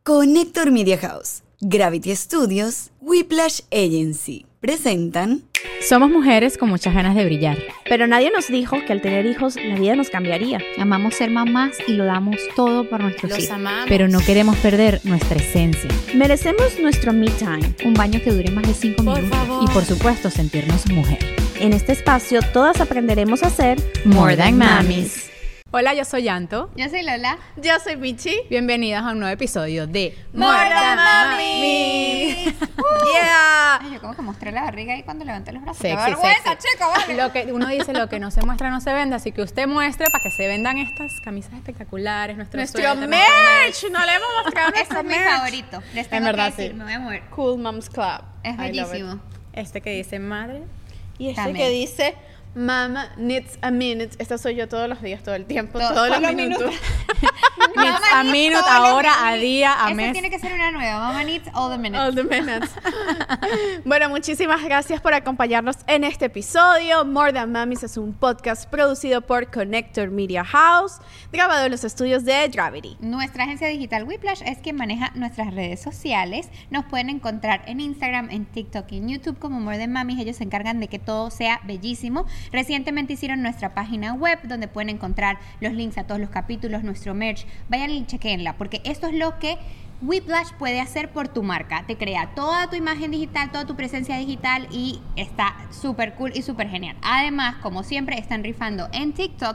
Connector Media House, Gravity Studios, Whiplash Agency presentan... Somos mujeres con muchas ganas de brillar. Pero nadie nos dijo que al tener hijos la vida nos cambiaría. Amamos ser mamás y lo damos todo por nuestros hijos. Amamos. Pero no queremos perder nuestra esencia. Merecemos nuestro me time. Un baño que dure más de 5 minutos. Favor. Y por supuesto, sentirnos mujer. En este espacio todas aprenderemos a ser More Than Mamis. Hola, yo soy Yanto. Yo soy Lola. Yo soy Michi. Bienvenidas a un nuevo episodio de More Than Mamis. Yeah. Ay, yo como que mostré la barriga ahí cuando levanté los brazos. Sexy, ¡Qué vergüenza, sexy. chico! Vale. Lo que uno dice, lo que no se muestra no se vende, así que usted muestre para que se vendan estas camisas espectaculares, nuestro Nuestro suéter, merch. No le hemos mostrado Este nuestro es mi merch. favorito. Les tengo verdad, que decir, sí. me voy a mover. Cool Moms Club. Es I love it. bellísimo. Este que dice madre. Y este También. que dice Mama needs a minute. Esta soy yo todos los días, todo el tiempo, Todos todos los los minutos. Mama A needs minute, all a hora, the a minutes. día, a Esa mes. tiene que ser una nueva. Mama needs all the minutes. All the minutes. Bueno, muchísimas gracias por acompañarnos en este episodio. More Than Mamis es un podcast producido por Connector Media House, grabado en los estudios de Gravity. Nuestra agencia digital Whiplash es quien maneja nuestras redes sociales. Nos pueden encontrar en Instagram, en TikTok y en YouTube como More Than Mamis. Ellos se encargan de que todo sea bellísimo. Recientemente hicieron nuestra página web donde pueden encontrar los links a todos los capítulos, nuestro merch. Vayan y chequenla porque esto es lo que Whiplash puede hacer por tu marca. Te crea toda tu imagen digital, toda tu presencia digital y está súper cool y súper genial. Además, como siempre, están rifando en TikTok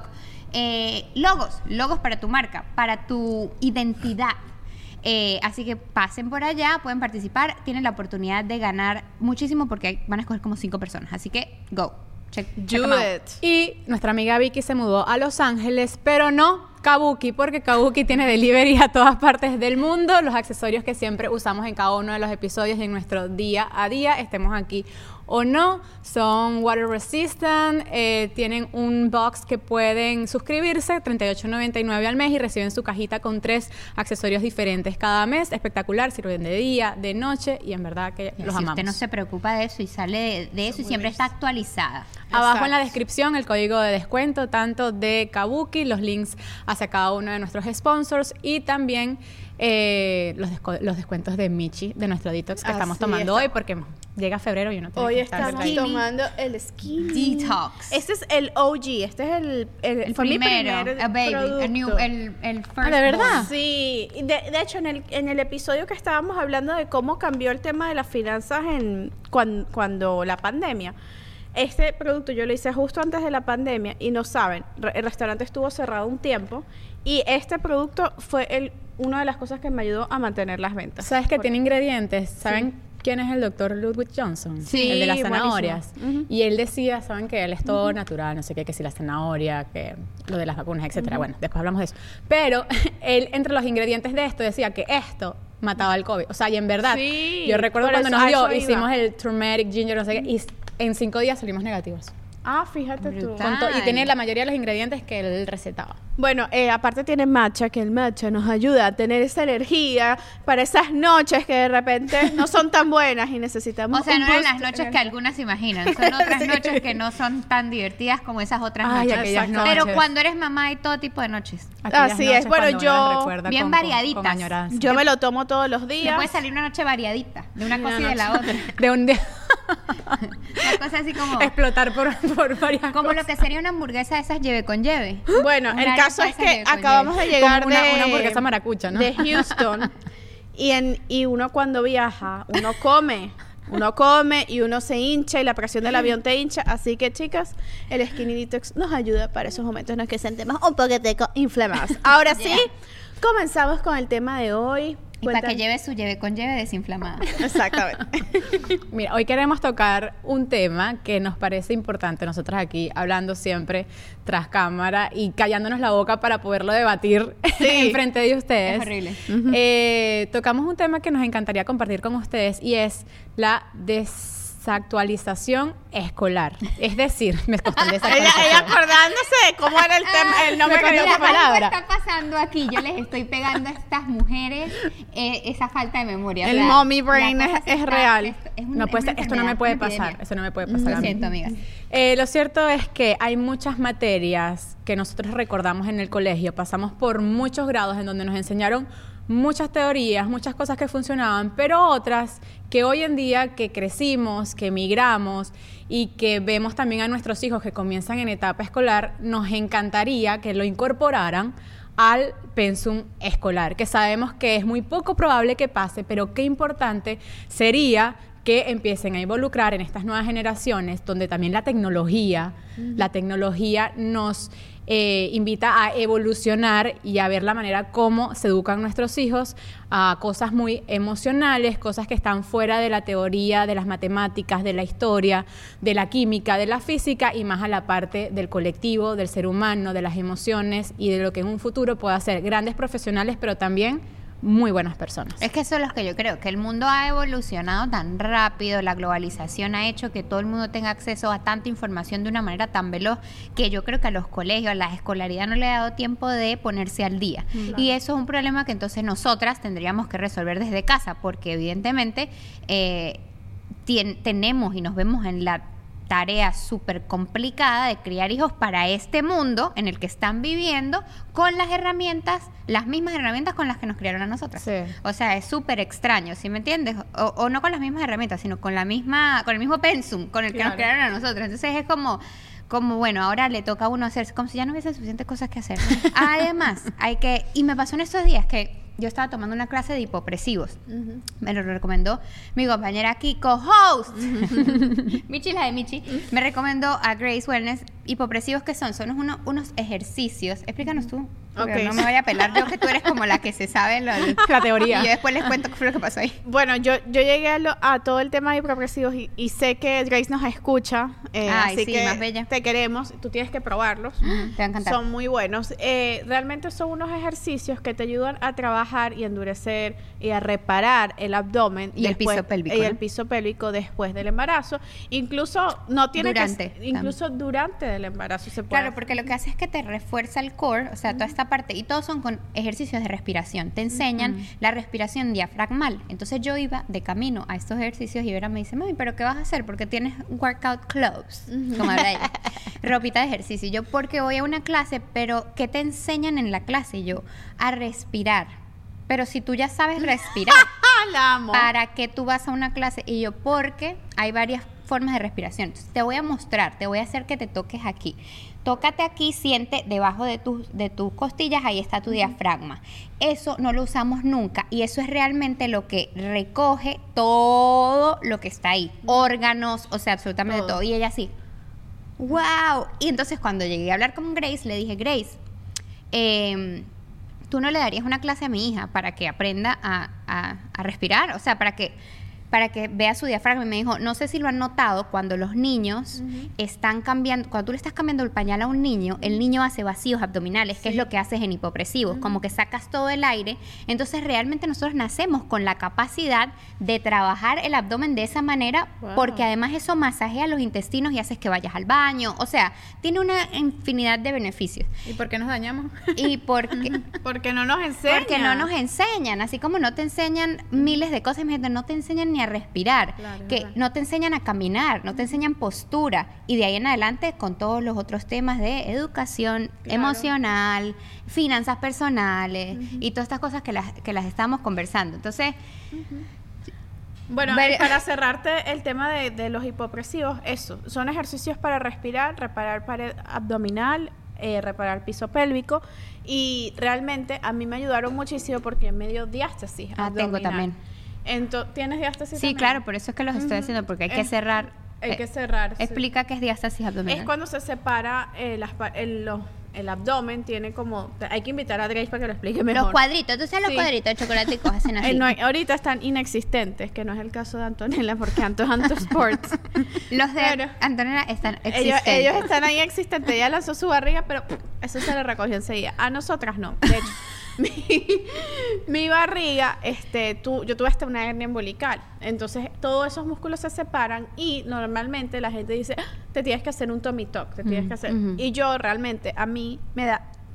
logos para tu marca, para tu identidad. Así que pasen por allá, pueden participar, tienen la oportunidad de ganar muchísimo porque van a escoger como 5 personas. Así que, go. Check Do them out. it. Y nuestra amiga Vicky se mudó a Los Ángeles, pero no Kabuki, porque Kabuki tiene delivery a todas partes del mundo. Los accesorios que siempre usamos en cada uno de los episodios en nuestro día a día, estemos aquí o no, son water resistant, tienen un box que pueden suscribirse, $38.99 al mes y reciben su cajita con 3 accesorios diferentes cada mes. Espectacular, sirven de día, de noche y en verdad que Y los si amamos. usted no se preocupa de eso y sale de eso y siempre está actualizada. Abajo en la Exacto. descripción el código de descuento tanto de Kabuki, los links hacia cada uno de nuestros sponsors y también los descuentos de Michi de nuestro detox que Así estamos tomando está. hoy porque llega febrero y uno tiene Hoy que estar estamos ready. tomando el Skinny Detox. Este es el OG, este es el El fue mi primero, primer a baby, producto. el first ¿de verdad? born. Sí, y de hecho en el episodio que estábamos hablando de cómo cambió el tema de las finanzas cuando la pandemia, este producto yo lo hice justo antes de la pandemia y no saben, el restaurante estuvo cerrado un tiempo y este producto fue una de las cosas que me ayudó a mantener las ventas. ¿Sabes que Porque- tiene ingredientes? ¿Saben quién es el doctor Ludwig Johnson? Sí, el de las buenísimo. zanahorias. Ujú. Y él decía, ¿saben que él es todo natural? No sé qué, que si la zanahoria, que lo de las vacunas, etcétera. Bueno, después hablamos de eso. Pero él, entre los ingredientes de esto, decía que esto mataba el COVID. O sea, y en verdad, Sí, yo recuerdo por cuando eso- nos a dio, eso iba. hicimos el turmeric, ginger, no sé qué, y en 5 días salimos negativos. Ah, fíjate tú. Brutal. Y tiene la mayoría de los ingredientes que él recetaba. Bueno, aparte tiene matcha, que el matcha nos ayuda a tener esa energía para esas noches que de repente no son tan buenas y necesitamos O sea, un no eran boost las noches que energético. algunas se imaginan, son otras Sí. noches que no son tan divertidas como esas otras Ay, noches. aquellas Exacto. Pero noches. cuando eres mamá hay todo tipo de noches. Aquellas Así es. noches Bueno, cuando uno yo- las recuerda bien con variaditas. añoranza. Yo me lo tomo todos los Me días. puede salir una noche variadita, de una Y cosa una y de la noche. otra. De un día Una cosa así como, explotar por varias como cosas. lo que sería una hamburguesa de esas lleve con lleve. Bueno, Una el caso arepa es esa que lleve con acabamos de llegar Como una de hamburguesa maracucha, ¿no? de Houston y uno cuando viaja, uno come y uno se hincha y la presión del avión te hincha, así que chicas, el Skinny Detox nos ayuda para esos momentos en los que sentimos un poquitico inflamados. Ahora sí, comenzamos con el tema de hoy. Y para que Cuéntanos. lleve su lleve con lleve desinflamada. Exactamente. Mira, hoy queremos tocar un tema que nos parece importante. Nosotras aquí hablando siempre tras cámara y callándonos la boca para poderlo debatir Sí. en frente de ustedes. Es horrible. Tocamos un tema que nos encantaría compartir con ustedes y es la desactualización escolar. Es decir, me costó el ella desactualización. acordándose de cómo era el nombre me que le costó iba a la poner. palabra. Algo está pasando aquí. Yo les estoy pegando a estas mujeres esa falta de memoria. El O sea, mommy brain la cosa es real. No puede ser, esto no me puede pasar. Eso no me puede pasar. a Lo mí. siento, amigas. Lo cierto es que hay muchas materias que nosotros recordamos en el colegio. Pasamos por muchos grados en donde nos enseñaron muchas teorías, muchas cosas que funcionaban, pero otras que hoy en día que crecimos, que migramos y que vemos también a nuestros hijos que comienzan en etapa escolar, nos encantaría que lo incorporaran al pensum escolar, que sabemos que es muy poco probable que pase, pero qué importante sería que empiecen a involucrar en estas nuevas generaciones, donde también la tecnología nos invita a evolucionar y a ver la manera como se educan nuestros hijos a cosas muy emocionales, cosas que están fuera de la teoría, de las matemáticas, de la historia, de la química, de la física y más a la parte del colectivo, del ser humano, de las emociones y de lo que en un futuro pueda ser grandes profesionales, pero también muy buenas personas. Es que eso es lo que yo creo, que el mundo ha evolucionado tan rápido, la globalización ha hecho que todo el mundo tenga acceso a tanta información de una manera tan veloz que yo creo que a los colegios, a la escolaridad no le ha dado tiempo de ponerse al día. Claro. Y eso es un problema que entonces nosotras tendríamos que resolver desde casa, porque evidentemente tenemos y nos vemos en la tarea súper complicada de criar hijos para este mundo en el que están viviendo con las herramientas, las mismas herramientas con las que nos criaron a nosotras. Sí. O sea, es súper extraño, ¿sí me entiendes? O no con las mismas herramientas, sino con el mismo pensum con el que nos criaron a nosotras. Entonces es como bueno, ahora le toca a uno hacer, como si ya no hubiese suficientes cosas que hacer. Además, y me pasó en estos días que yo estaba tomando una clase de hipopresivos. Me lo recomendó mi compañera aquí, co-host. Michi, la de Michi. Me recomendó a Grace Wellness. ¿Hipopresivos qué son? Son unos ejercicios. Explícanos tú. Okay. No me vaya a pelar yo, que tú eres como la que se sabe la teoría. Y yo después les cuento qué fue lo que pasó ahí. Bueno, yo llegué a todo el tema de hipopresivos y sé que Grace nos escucha. Así que más bella. Te queremos. Tú tienes que probarlos. Te va a encantar. Son muy buenos. Realmente son unos ejercicios que te ayudan a trabajar y endurecer y a reparar el abdomen y el piso pélvico. Y el piso pélvico después del embarazo. Incluso no tiene durante el embarazo se puede. Claro, porque lo que hace es que te refuerza el core, o sea, toda esta parte, y todos son con ejercicios de respiración. Te enseñan la respiración diafragmal. Entonces yo iba de camino a estos ejercicios y Vera me dice, mami, ¿pero qué vas a hacer? Porque tienes workout clothes, como habla ella, ropita de ejercicio. Y yo, porque voy a una clase, pero ¿qué te enseñan en la clase? Y yo, a respirar. Pero si tú ya sabes respirar, la amo. ¿Para qué tú vas a una clase? Y yo, porque hay varias formas de respiración. Entonces, te voy a mostrar, te voy a hacer que te toques aquí. Tócate aquí, siente debajo de tus costillas, ahí está tu diafragma. Eso no lo usamos nunca y eso es realmente lo que recoge todo lo que está ahí. Órganos, o sea, absolutamente todo. Y ella así, ¡wow! Y entonces cuando llegué a hablar con Grace, le dije, Grace, ¿tú no le darías una clase a mi hija para que aprenda a respirar? O sea, para que vea su diafragma. Y me dijo, no sé si lo han notado, cuando los niños están cambiando, cuando tú le estás cambiando el pañal a un niño, el niño hace vacíos abdominales, que es lo que haces en hipopresivos, como que sacas todo el aire. Entonces realmente nosotros nacemos con la capacidad de trabajar el abdomen de esa manera, porque además eso masajea los intestinos y haces que vayas al baño. O sea, tiene una infinidad de beneficios. ¿Y por qué nos dañamos? Porque no nos enseñan. Porque no nos enseñan, así como no te enseñan miles de cosas, no te enseñan ni a respirar, no te enseñan a caminar, no te enseñan postura, y de ahí en adelante con todos los otros temas de educación emocional, finanzas personales y todas estas cosas que las estamos conversando. Entonces, bueno, para cerrarte el tema de los hipopresivos, eso, son ejercicios para respirar, reparar pared abdominal, reparar piso pélvico, y realmente a mí me ayudaron muchísimo porque me dio diástasis abdominal. Tengo también. ¿Tienes diástasis Sí, también? claro, por eso es que los estoy haciendo, porque hay que cerrar. Hay que cerrar. Explica qué es diástasis abdominal. Es cuando se separa el abdomen, tiene como... Hay que invitar a Grace para que lo explique mejor. Los cuadritos, tú sabes los cuadritos de chocolate que hacen así. Ahorita están inexistentes, que no es el caso de Antonella, porque Anto Sports. Los de Antonella están existentes. Ellos están ahí existentes. Ella lanzó su barriga, pero eso se le recogió enseguida. A nosotras no. De hecho, mi barriga, yo tuve hasta una hernia umbilical. Entonces, todos esos músculos se separan y normalmente la gente dice, te tienes que hacer un tummy tuck, te tienes que hacer. Y yo realmente, a mí me da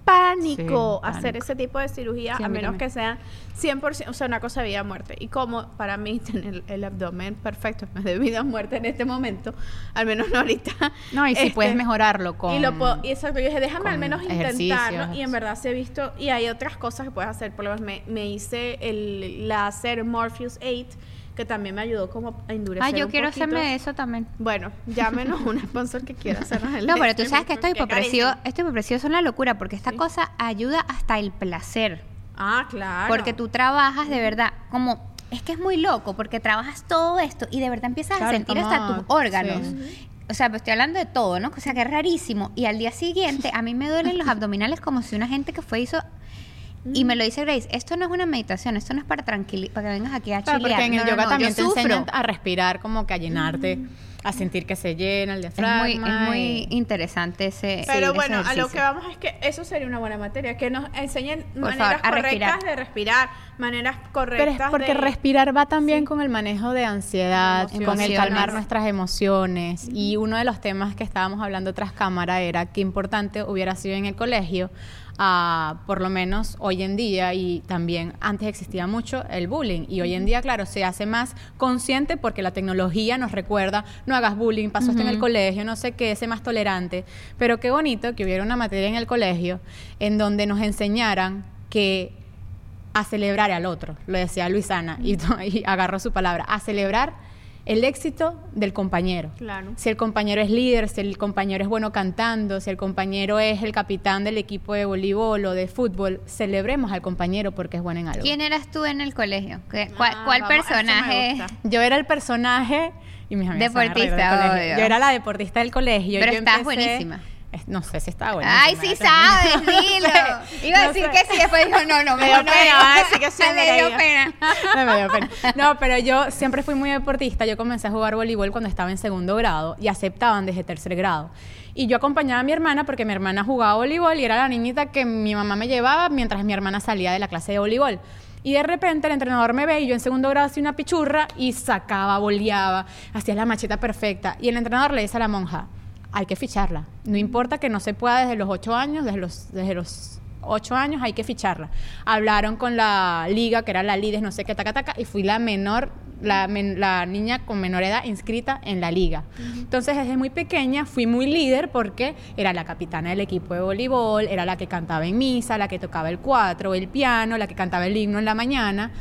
pánico Sí, hacer pánico. ese tipo de cirugía, Sí, a a mí menos también. que sean 100%, o sea, una cosa de vida o muerte. Y como para mí tener el abdomen perfecto es de vida o muerte en este momento, al menos no ahorita. No, y si puedes mejorarlo con... Y lo puedo, y exacto, yo dije, déjame con al menos intentarlo. ejercicios. Y en verdad se he visto, y hay otras cosas que puedes hacer. Por lo menos me hice el láser Morpheus 8, que también me ayudó como a endurecer Ay, yo un quiero poquito. hacerme eso también. Bueno, llámenos un sponsor que quiera hacernos el No, pero tú láser, sabes que esto porque hipopresivo, carísimo. esto hipopresivo es una locura porque esta Sí. cosa ayuda hasta el placer. Ah, claro. Porque tú trabajas de verdad como... Es que es muy loco porque trabajas todo esto y de verdad empiezas Claro, a sentir como- hasta tus órganos. sí. O sea, pues estoy hablando de todo, ¿no? O sea, que es rarísimo. Y al día siguiente a mí me duelen los abdominales como si una gente que fue hizo... Y me lo dice Grace, esto no es una meditación, esto no es para para que vengas aquí a Claro, chilear. porque en el No, no, yoga no, también yo te sufro. enseñan a respirar, como que a llenarte, a sentir que se llena el Es diafragma. muy y- interesante ese Pero ese bueno, a lo ejercicio. que vamos es que eso sería una buena materia, que nos enseñen Por maneras favor, a correctas respirar. de respirar, maneras Pero correctas es porque de... respirar va también con el manejo de ansiedad, De con el emociones. calmar nuestras emociones. Y uno de los temas que estábamos hablando tras cámara era qué importante hubiera sido en el colegio, por lo menos hoy en día, y también antes existía mucho el bullying. Y hoy en día, claro, se hace más consciente porque la tecnología nos recuerda, no hagas bullying, pasó esto en el colegio, no sé qué, sé más tolerante. Pero qué bonito que hubiera una materia en el colegio en donde nos enseñaran que a celebrar al otro, lo decía Luisana, y agarró su palabra, a celebrar el éxito del compañero. Claro. Si el compañero es líder, si el compañero es bueno cantando, si el compañero es el capitán del equipo de voleibol o de fútbol, celebremos al compañero porque es bueno en algo. ¿Quién eras tú en el colegio? ¿Cuál Ah, vamos, personaje? esto me gusta. Yo era el personaje y mis amigas se van a reír del Deportista, colegio. obvio. Yo era la deportista del colegio. Pero Yo estabas empecé- buenísima. No sé si estaba buena. Ay, sí sabes, dilo. Iba a No decir sé. que sí, después dijo, no, Me dio mejor no pena, digo. va a decir que sí, Me dio Nereida. pena. Me dio pena. No, pero yo siempre fui muy deportista. Yo comencé a jugar voleibol cuando estaba en segundo grado y aceptaban desde tercer grado. Y yo acompañaba a mi hermana porque mi hermana jugaba voleibol y era la niñita que mi mamá me llevaba mientras mi hermana salía de la clase de voleibol. Y de repente el entrenador me ve y yo en segundo grado hacía una pichurra y sacaba, boleaba, hacía la macheta perfecta. Y el entrenador le dice a la monja, hay que ficharla. No importa que no se pueda desde los 8 años, desde los 8 años hay que ficharla. Hablaron con la liga, que era la Lides, no sé qué, taca, taca, y fui la menor, la niña con menor edad inscrita en la liga. Entonces, desde muy pequeña fui muy líder porque era la capitana del equipo de voleibol, era la que cantaba en misa, la que tocaba el cuatro, el piano, la que cantaba el himno en la mañana.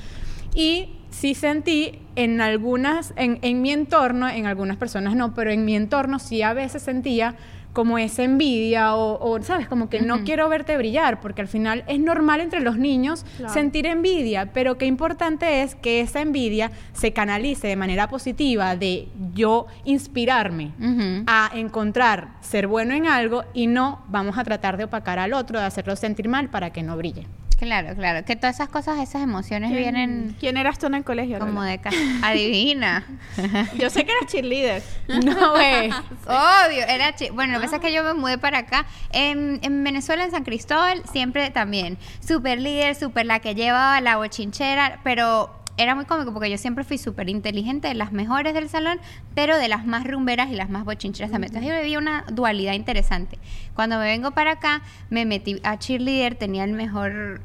Y sí sentí en algunas, en mi entorno, en algunas personas no, pero en mi entorno sí a veces sentía como esa envidia o ¿sabes? Como que no quiero verte brillar, porque al final es normal entre los niños Claro. sentir envidia, pero qué importante es que esa envidia se canalice de manera positiva, de yo inspirarme Ujú. a encontrar ser bueno en algo y no vamos a tratar de opacar al otro, de hacerlo sentir mal para que no brille. Claro, claro. Que todas esas cosas, esas emociones vienen ¿Quién eras tú en el colegio? como Lola? de casa. Adivina. Yo sé que eras cheerleader. No, güey. Obvio, bueno, lo que pasa es que yo me mudé para acá. En Venezuela, en San Cristóbal, siempre también. Súper líder, súper la que llevaba la bochinchera, pero era muy cómico porque yo siempre fui súper inteligente, de las mejores del salón, pero de las más rumberas y las más bochincheras también. Entonces yo vivía una dualidad interesante. Cuando me vengo para acá, me metí a cheerleader, tenía el mejor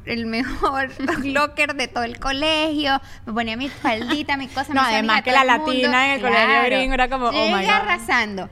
locker de todo el colegio, me ponía mi faldita, mi cosa. No, me hacía además amiga que de todo la el mundo. latina en el colegio gringo era como, Yo oh my llegué God. arrasando.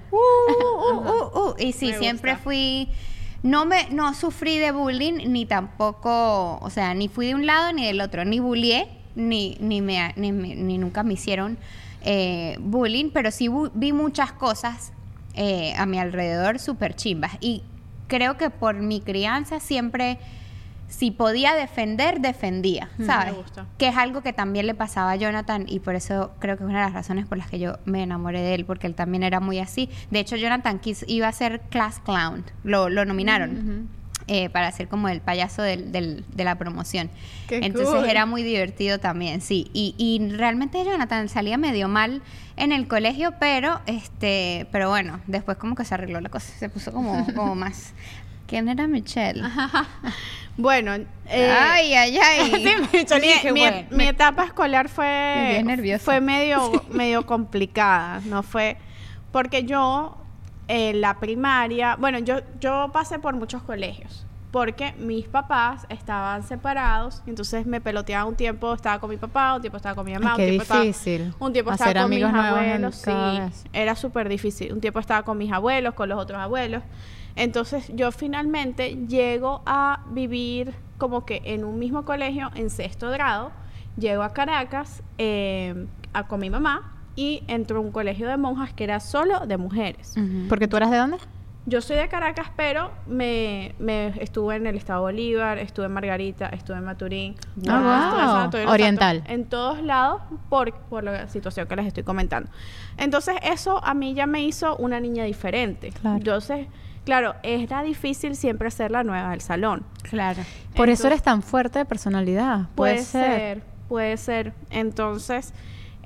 Y sí, Me siempre gusta. fui... No sufrí de bullying, ni tampoco... O sea, ni fui de un lado ni del otro. Ni bullié, ni nunca me hicieron bullying. Pero sí vi muchas cosas a mi alrededor súper chimbas. Y creo que por mi crianza siempre... Si podía defender, defendía, ¿sabes? Me gusta. Que es algo que también le pasaba a Jonathan y por eso creo que es una de las razones por las que yo me enamoré de él, porque él también era muy así. De hecho, Jonathan iba a ser Class Clown, lo nominaron para ser como el payaso de la promoción. Qué Entonces cool. era muy divertido también, sí. Y realmente Jonathan salía medio mal en el colegio, pero bueno, después como que se arregló la cosa, se puso como más... ¿Quién era Michelle? Bueno, Ay. Sí, yo le dije, bueno, mi etapa escolar Me fue dio nerviosa. fue medio complicada, no fue porque yo la primaria, bueno, yo pasé por muchos colegios, porque mis papás estaban separados, y entonces me peloteaba un tiempo, estaba con mi papá, un tiempo estaba con mi mamá, Qué un tiempo difícil. un tiempo hacer estaba con mis amigos nuevos abuelos, cada sí, vez. era súper difícil. Un tiempo estaba con mis abuelos, con los otros abuelos. Entonces yo finalmente llego a vivir como que en un mismo colegio en 6º grado, llego a Caracas con mi mamá y entro a un colegio de monjas que era solo de mujeres. ¿Porque tú eras de dónde? Yo soy de Caracas, pero me estuve en el Estado Bolívar, estuve en Margarita, estuve en Maturín. Wow. estuve en San Antonio de los Oriental. Santos, en todos lados por la situación que les estoy comentando. Entonces eso a mí ya me hizo una niña diferente. Claro. Entonces, claro, era difícil siempre ser la nueva del salón. Claro. Por eso Entonces, eres tan fuerte de personalidad. Puede ser. Entonces,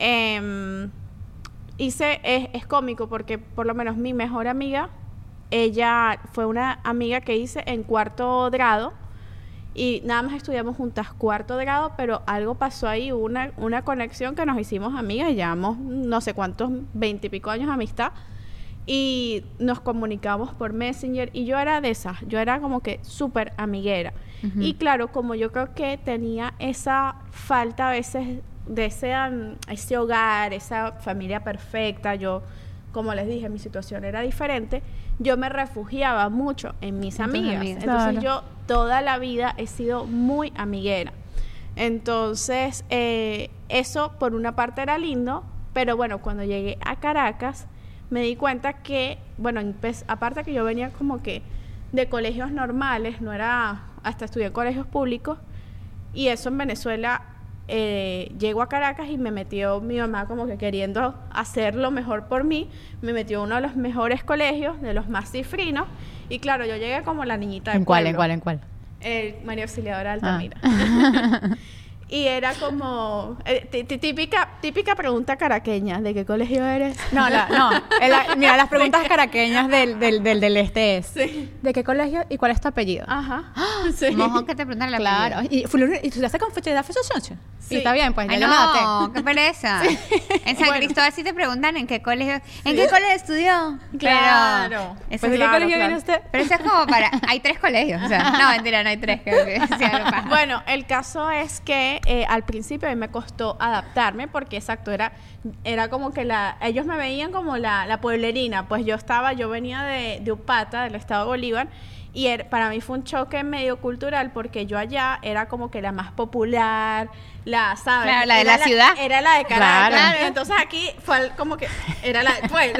es cómico porque por lo menos mi mejor amiga, ella fue una amiga que hice en 4º grado y nada más estudiamos juntas 4º grado, pero algo pasó ahí, una conexión que nos hicimos amigas y llevamos no sé cuántos, 20 y pico años de amistad y nos comunicamos por Messenger y yo era de esas, yo era como que súper amiguera. Y claro, como yo creo que tenía esa falta a veces de ese hogar, esa familia perfecta, yo, como les dije, mi situación era diferente, yo me refugiaba mucho en mis amigas. Entonces yo toda la vida he sido muy amiguera. Entonces, eso por una parte era lindo, pero bueno, cuando llegué a Caracas, me di cuenta que, bueno, aparte que yo venía como que de colegios normales, no era, hasta estudié en colegios públicos, y eso en Venezuela, llego a Caracas y me metió mi mamá como que queriendo hacer lo mejor por mí, me metió a uno de los mejores colegios, de los más cifrinos, y claro, yo llegué como la niñita de pueblo. ¿En cuál? María Auxiliadora Altamira. Y era como típica pregunta caraqueña, ¿de qué colegio eres? Mira, las preguntas caraqueñas del este es, Sí. ¿de qué colegio y cuál es tu apellido? Ajá. Sí. Mojo que te preguntan la Claro. ¿Y tú te haces con fecha de fecha? Sí. Y está bien, pues Ay, ya lo maté. no, qué pereza. En San Bueno. Cristóbal sí te preguntan en qué colegio estudió. Claro. Pero, eso Pues, ¿de qué Claro, colegio claro. viene usted? pero eso es como para... Hay 3 colegios. O sea, no, mentira, no hay 3. Creo que sea lo paja. Bueno, el caso es que al principio a mí me costó adaptarme porque exacto, era como que ellos me veían como la pueblerina, pues yo venía de Upata, del Estado Bolívar, y para mí fue un choque medio cultural porque yo allá era como que la más popular, ¿sabes? Claro, la de Era la ciudad. Era la de Caracas. Claro. Entonces aquí fue como que era la del pueblo.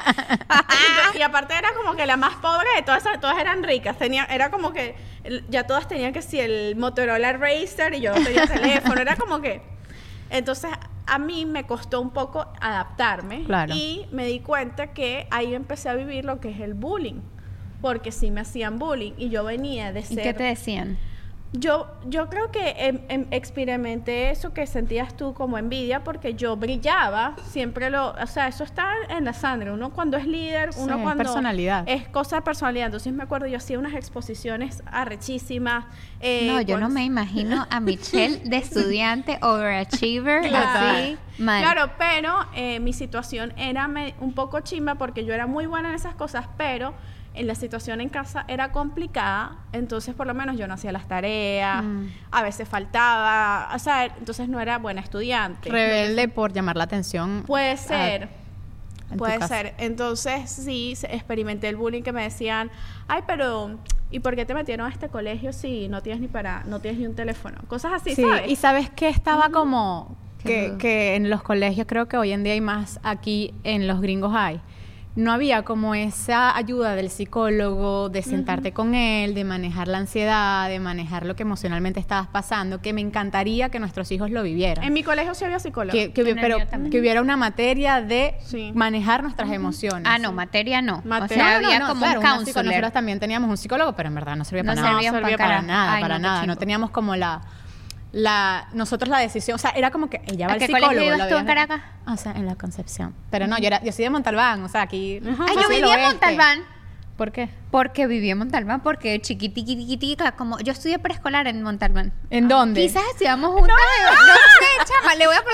Y aparte era como que la más pobre de todas eran ricas. Era como que ya todas tenían que el Motorola Razr y yo no tenía teléfono. Era como que... Entonces a mí me costó un poco adaptarme. Claro. Y me di cuenta que ahí empecé a vivir lo que es el bullying. Porque sí me hacían bullying y yo venía de ser... ¿Y qué te decían? Yo creo que experimenté eso que sentías tú como envidia porque yo brillaba, o sea, eso está en la sangre. Uno cuando es líder, Sí, uno es cuando... personalidad. Es cosa de personalidad. Entonces me acuerdo, yo hacía unas exposiciones arrechísimas. No, yo no me imagino a Michelle de estudiante, overachiever, Claro. así, mal. Claro, pero mi situación era un poco chimba porque yo era muy buena en esas cosas, pero en la situación en casa era complicada, entonces por lo menos yo no hacía las tareas, a veces faltaba, o sea, entonces no era buena estudiante. Rebelde por llamar la atención. Puede ser. en tu Puede casa. ser. Entonces, sí, experimenté el bullying que me decían, ay, pero ¿y por qué te metieron a este colegio si no tienes ni un teléfono? Cosas así, Sí, ¿sabes? y sabes que estaba como Qué rudo. que en los colegios, creo que hoy en día hay más, aquí en los gringos hay. No había como esa ayuda del psicólogo, de sentarte con él, de manejar la ansiedad, de manejar lo que emocionalmente estabas pasando, que me encantaría que nuestros hijos lo vivieran. En mi colegio sí había psicólogo. Pero mío también. que hubiera una materia de Sí. manejar nuestras emociones. Ah, no, materia no. Materia. O sea, No, había No, como claro, un una counselor. nosotros también teníamos un psicólogo, pero en verdad no servía No para nada. servía servía para para nada, Ay, para no, nada. qué No chimbo. teníamos como nosotros la decisión, o sea, era como que ella va ¿A al qué psicólogo. colegio ibas lo tú en veías- Caracas? O sea, en la Concepción. Pero no, yo soy de Montalbán, o sea, aquí. Ay, soy yo del vivía en oeste. Montalbán. ¿Por qué? Porque viví en Montalbán, porque chiquitiquitica, como yo estudié preescolar en Montalbán. ¿En dónde? Quizás estudiamos juntas. No sé, chama, le voy a preguntar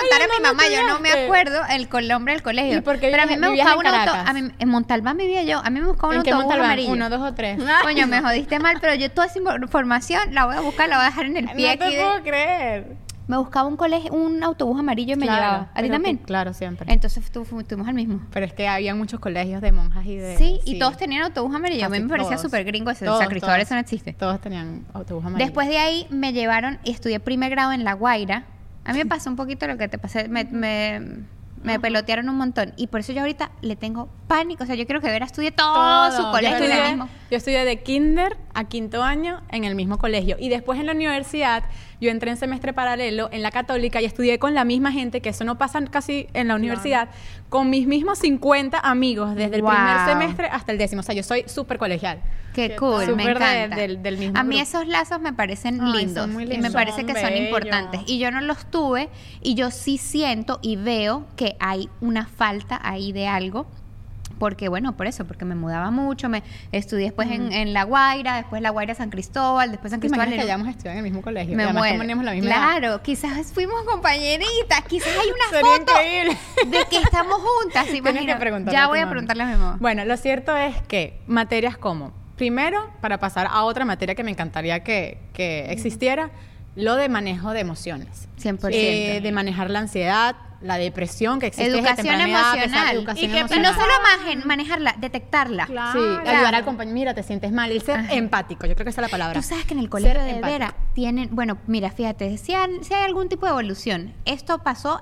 preguntar a mi dónde mamá, yo no me estudiaste? acuerdo el nombre del colegio. ¿Y por qué pero a mí me vivías buscaba en un auto, Caracas? en Montalbán vivía yo, a mí me buscaba un ¿En qué autobús Montalbán? amarillo. 1, 2 o 3. Coño, me jodiste mal, pero yo toda esa información la voy a buscar, la voy a dejar en el pie No aquí. te puedo creer. Me buscaba un autobús amarillo y me llevaba. ¿A ti pero también? Claro, siempre. Entonces tuvimos el mismo. Pero es que había muchos colegios de monjas y de... Sí, y todos tenían autobús amarillo. A mí Casi me parecía todos. súper gringo ese. Todos, San Cristóbal, todos. eso no existe. Todos tenían autobús amarillo. Después de ahí me llevaron y estudié primer grado en La Guaira. A mí me pasó un poquito lo que te pasé. Me pelotearon un montón. Y por eso yo ahorita le tengo pánico. O sea, yo quiero que Vera estudie todo su colegio en el mismo. Yo estudié de kinder a 5º año en el mismo colegio. Y después en la universidad, yo entré en semestre paralelo en la Católica y estudié con la misma gente, que eso no pasa casi en la universidad, con mis mismos 50 amigos, desde el Wow. primer semestre hasta el 10º. O sea, yo soy súper colegial. Qué cool, me Súper encanta. del mismo A mí grupo. esos lazos me parecen Ay, lindos, son muy y me lindos. parece que Son son bellos. importantes. Y yo no los tuve y yo sí siento y veo que hay una falta ahí de algo. Porque, bueno, por eso, porque me mudaba mucho, me estudié después en La Guaira, después La Guaira San Cristóbal, después San ¿Te Cristóbal. imaginas que hayamos estudiado en el mismo colegio? Me y además muero. teníamos la misma edad. Claro, quizás fuimos compañeritas, quizás hay una Sería foto increíble. de que estamos juntas. Tienes imagina. que preguntarle Ya a tu voy a mamá. preguntarle a mi mamá. Bueno, lo cierto es que materias como, primero, para pasar a otra materia que me encantaría que existiera, lo de manejo de emociones. 100%. De manejar la ansiedad, la depresión que existe desde Educación temprana edad, que sea emocional. educación Y que- Y no emocional. solo manejarla, detectarla. Claro. Sí, ayudar al compañero, mira, te sientes mal, y ser Ajá. empático, yo creo que esa es la palabra. Tú sabes que en el colegio de empático. Vera tienen, bueno, mira, fíjate, si hay algún tipo de evolución. Esto pasó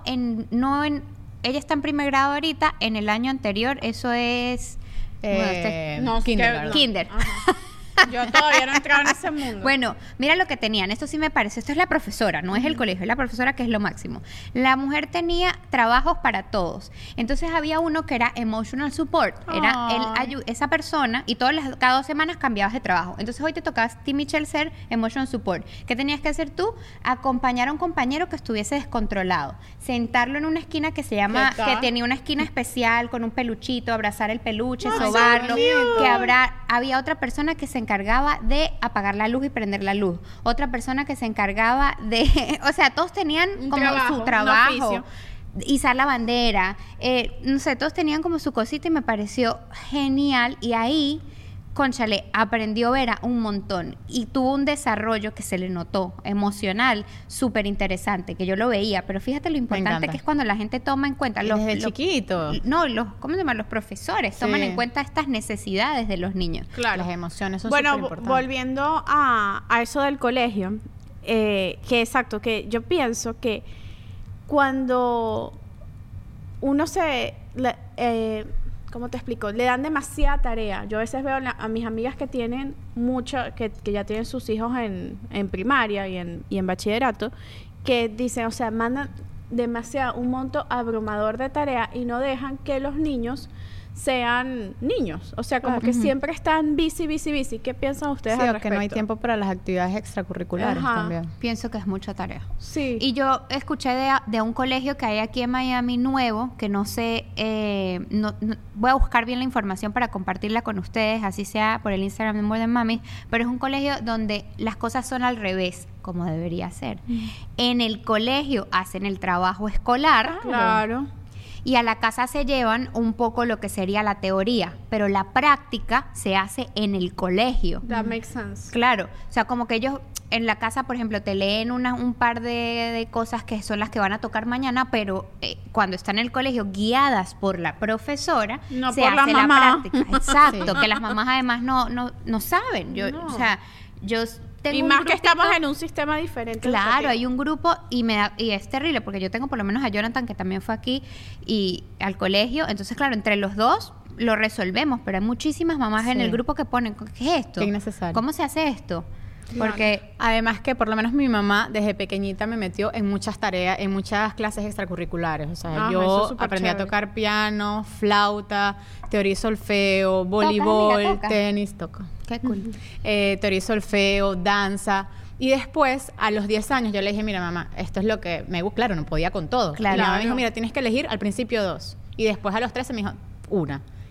ella está en primer grado ahorita, en el año anterior, eso es No, Kinder, que- ¿verdad? kinder. Yo todavía no he entrado en ese mundo. Bueno, mira lo que tenían. Esto sí me parece. Esto es la profesora, no es el colegio, es la profesora que es lo máximo. La mujer tenía trabajos para todos. Entonces había uno que era emotional support. Era esa persona y cada 2 semanas cambiabas de trabajo. Entonces hoy te tocaba a ti, Michelle, ser emotional support. ¿Qué tenías que hacer tú? Acompañar a un compañero que estuviese descontrolado. Sentarlo en una esquina que se llama, ¿Qué tal? que tenía una esquina especial con un peluchito, abrazar el peluche, Ay, sobarlo. qué bonito. Que había otra persona que se encargaba de apagar la luz y prender la luz. Otra persona que se encargaba de... O sea, todos tenían Un como trabajo, su un trabajo. oficio. Izar la bandera. No sé, todos tenían como su cosita y me pareció genial. Y ahí, cónchale, aprendió Vera un montón. Y tuvo un desarrollo que se le notó, emocional, súper interesante, que yo lo veía. Pero fíjate lo importante encanta. que es cuando la gente toma en cuenta... Desde chiquito. No, ¿cómo se llama? Los profesores toman Sí. en cuenta estas necesidades de los niños. Claro. Las emociones son Bueno, superimportantes. volviendo a eso del colegio, que exacto, que yo pienso que cuando uno ¿cómo te explico? Le dan demasiada tarea. Yo a veces veo a mis amigas que tienen que ya tienen sus hijos en primaria y en bachillerato, que dicen, o sea, mandan un monto abrumador de tarea y no dejan que los niños sean niños. O sea, como que siempre están busy. ¿Qué piensan ustedes Sí, al o que no hay respecto? tiempo para las actividades extracurriculares Ajá. también. Pienso que es mucha tarea. Sí. Y yo escuché de un colegio que hay aquí en Miami nuevo, que no sé, voy a buscar bien la información para compartirla con ustedes, así sea por el Instagram de More Than Mami, pero es un colegio donde las cosas son al revés, como debería ser. En el colegio hacen el trabajo escolar Claro. y a la casa se llevan un poco lo que sería la teoría, pero la práctica se hace en el colegio. That makes sense. Claro, o sea, como que ellos en la casa, por ejemplo, te leen un par de cosas que son las que van a tocar mañana, pero cuando están en el colegio guiadas por la profesora, No se por la hace mamá. práctica. Exacto, Sí. que las mamás además no saben. No. O sea, yo tengo Y un más que grupito- estamos en un sistema diferente. Claro, educativo. hay un grupo y es terrible porque yo tengo por lo menos a Jonathan que también fue aquí y al colegio, entonces claro, entre los dos lo resolvemos, pero hay muchísimas mamás en Sí. el grupo que ponen, ¿qué es esto? Qué innecesario. ¿Cómo se hace esto? Porque Además que por lo menos mi mamá desde pequeñita me metió en muchas tareas, en muchas clases extracurriculares. O sea, Ajá, eso yo es súper aprendí a chévere. tocar piano, flauta, teoría y solfeo, Amiga, voleibol, toca. tenis, toco. qué cool. Teoría y solfeo, danza. Y después, a los 10 años, yo le dije, mira, mamá, esto es lo que me gusta. Claro, no podía con todo. Claro. Y mi mamá me dijo, mira, tienes que elegir al principio 2. Y después a los 13 me dijo, 1.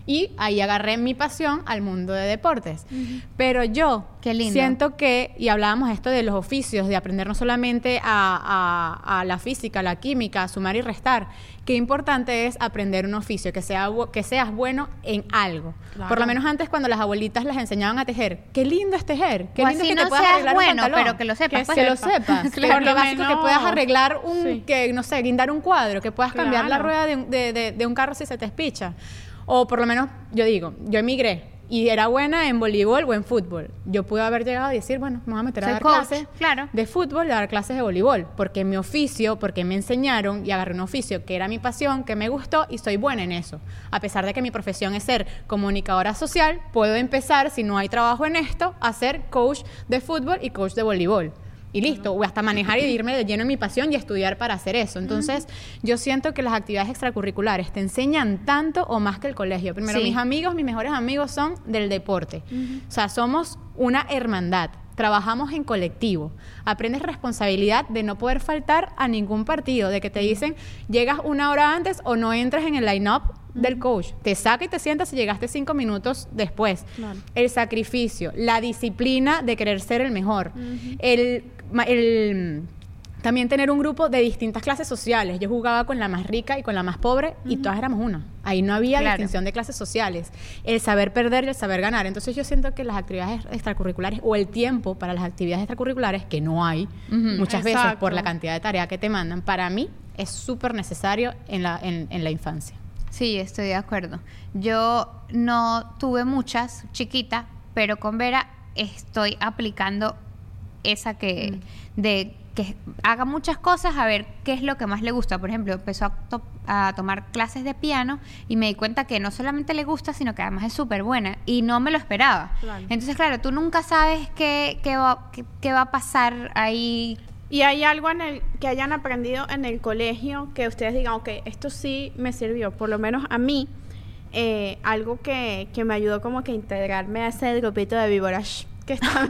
Y ahí agarré mi pasión al mundo de deportes. Pero yo Qué lindo. siento que, y hablábamos esto de los oficios, de aprender no solamente a la física, a la química, a sumar y restar, qué importante es aprender un oficio, que seas bueno en algo. Claro. Por lo menos antes cuando las abuelitas las enseñaban a tejer, qué lindo es tejer, qué O lindo así es que no te puedas seas arreglar bueno, un pantalón. pero que lo sepas, pues. Que lo sepas. Claro. Por lo básico que menos- puedas arreglar Sí. que no sé, guindar un cuadro, que puedas cambiar la Claro. rueda de un carro si se te espicha. O por lo menos, yo emigré y era buena en voleibol o en fútbol. Yo pude haber llegado y decir, bueno, me voy a meter a Soy dar coach, clases claro. de fútbol y a dar clases de voleibol, porque mi oficio, porque me enseñaron y agarré un oficio que era mi pasión, que me gustó y soy buena en eso. A pesar de que mi profesión es ser comunicadora social, puedo empezar, si no hay trabajo en esto, a ser coach de fútbol y coach de voleibol. Y listo, o hasta manejar y irme de lleno en mi pasión y estudiar para hacer eso. Entonces, yo siento que las actividades extracurriculares te enseñan tanto o más que el colegio. Primero, Sí. mis mejores amigos son del deporte. O sea, somos una hermandad. Trabajamos en colectivo. Aprendes responsabilidad de no poder faltar a ningún partido, de que te dicen, llegas una hora antes o no entras en el line-up del coach. Te saca y te sientas si llegaste 5 minutos después. Claro. El sacrificio, la disciplina de querer ser el mejor. También tener un grupo de distintas clases sociales. Yo jugaba con la más rica y con la más pobre y todas éramos una. Ahí no había Claro. distinción de clases sociales. El saber perder y el saber ganar. Entonces yo siento que las actividades extracurriculares o el tiempo para las actividades extracurriculares, que no hay muchas veces Exacto. por la cantidad de tarea que te mandan, para mí es súper necesario en la infancia. Sí, estoy de acuerdo. Yo no tuve muchas, chiquita, pero con Vera estoy aplicando esa de que haga muchas cosas a ver qué es lo que más le gusta. Por ejemplo, empezó a tomar clases de piano y me di cuenta que no solamente le gusta, sino que además es súper buena y no me lo esperaba. Claro. Entonces, claro, tú nunca sabes qué va a pasar ahí. ¿Y hay algo que hayan aprendido en el colegio que ustedes digan, ok, esto sí me sirvió? Por lo menos a mí, algo que me ayudó como que a integrarme a ese grupito de víboras que estaba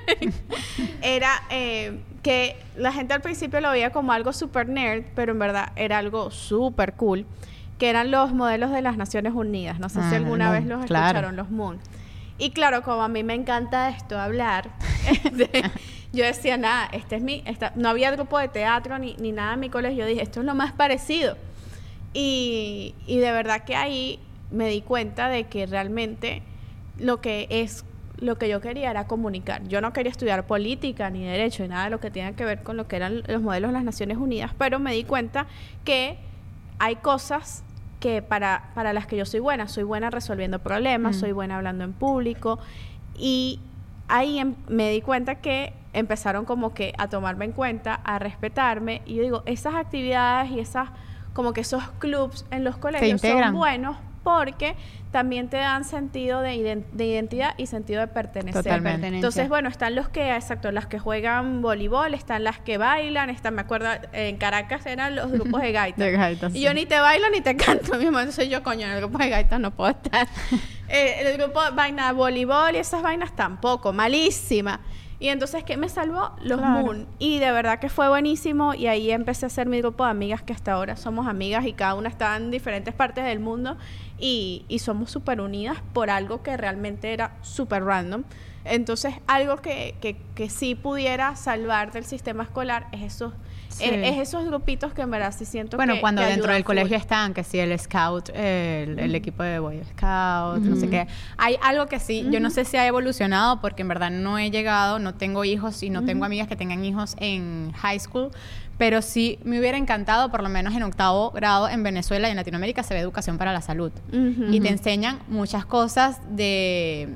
era que la gente al principio lo veía como algo super nerd, pero en verdad era algo súper cool, que eran los modelos de las Naciones Unidas. No sé si alguna vez los claro. escucharon, los Moon. Y claro, como a mí me encanta esto, hablar, yo decía, nada, no había grupo de teatro ni nada en mi colegio. Yo dije, esto es lo más parecido. Y de verdad que ahí me di cuenta de que realmente lo que yo quería era comunicar. Yo no quería estudiar política ni derecho ni nada de lo que tenga que ver con lo que eran los modelos de las Naciones Unidas, pero me di cuenta que hay cosas que para las que yo soy buena resolviendo problemas, soy buena hablando en público, y ahí me di cuenta que empezaron como que a tomarme en cuenta, a respetarme, y yo digo, esas actividades y como que esos clubs en los colegios son integran. buenos porque también te dan sentido de identidad y sentido de pertenecer. Totalmente. Entonces, bueno, están las que juegan voleibol, están las que bailan, me acuerdo, en Caracas eran los grupos de gaitas. De gaitas, Y sí. yo ni te bailo ni te canto, mi mamá, entonces yo, coño, en el grupo de gaitas no puedo estar. El grupo de vaina de voleibol y esas vainas tampoco, malísima. Y entonces, ¿qué me salvó? Los Claro. Moon. Y de verdad que fue buenísimo. Y ahí empecé a hacer mi grupo de amigas, que hasta ahora somos amigas y cada una está en diferentes partes del mundo. Y somos súper unidas por algo que realmente era súper random. Entonces, algo que sí pudiera salvar del sistema escolar es esos grupitos que en verdad sí siento Bueno, que cuando que dentro ayudan del full. colegio están, que sí, el scout, el equipo de Boy Scout, no sé qué. Hay algo que sí, yo no sé si ha evolucionado porque en verdad no he llegado, no tengo hijos y no tengo amigas que tengan hijos en high school, pero sí me hubiera encantado, por lo menos en 8º grado en Venezuela y en Latinoamérica se ve educación para la salud. Y te enseñan muchas cosas de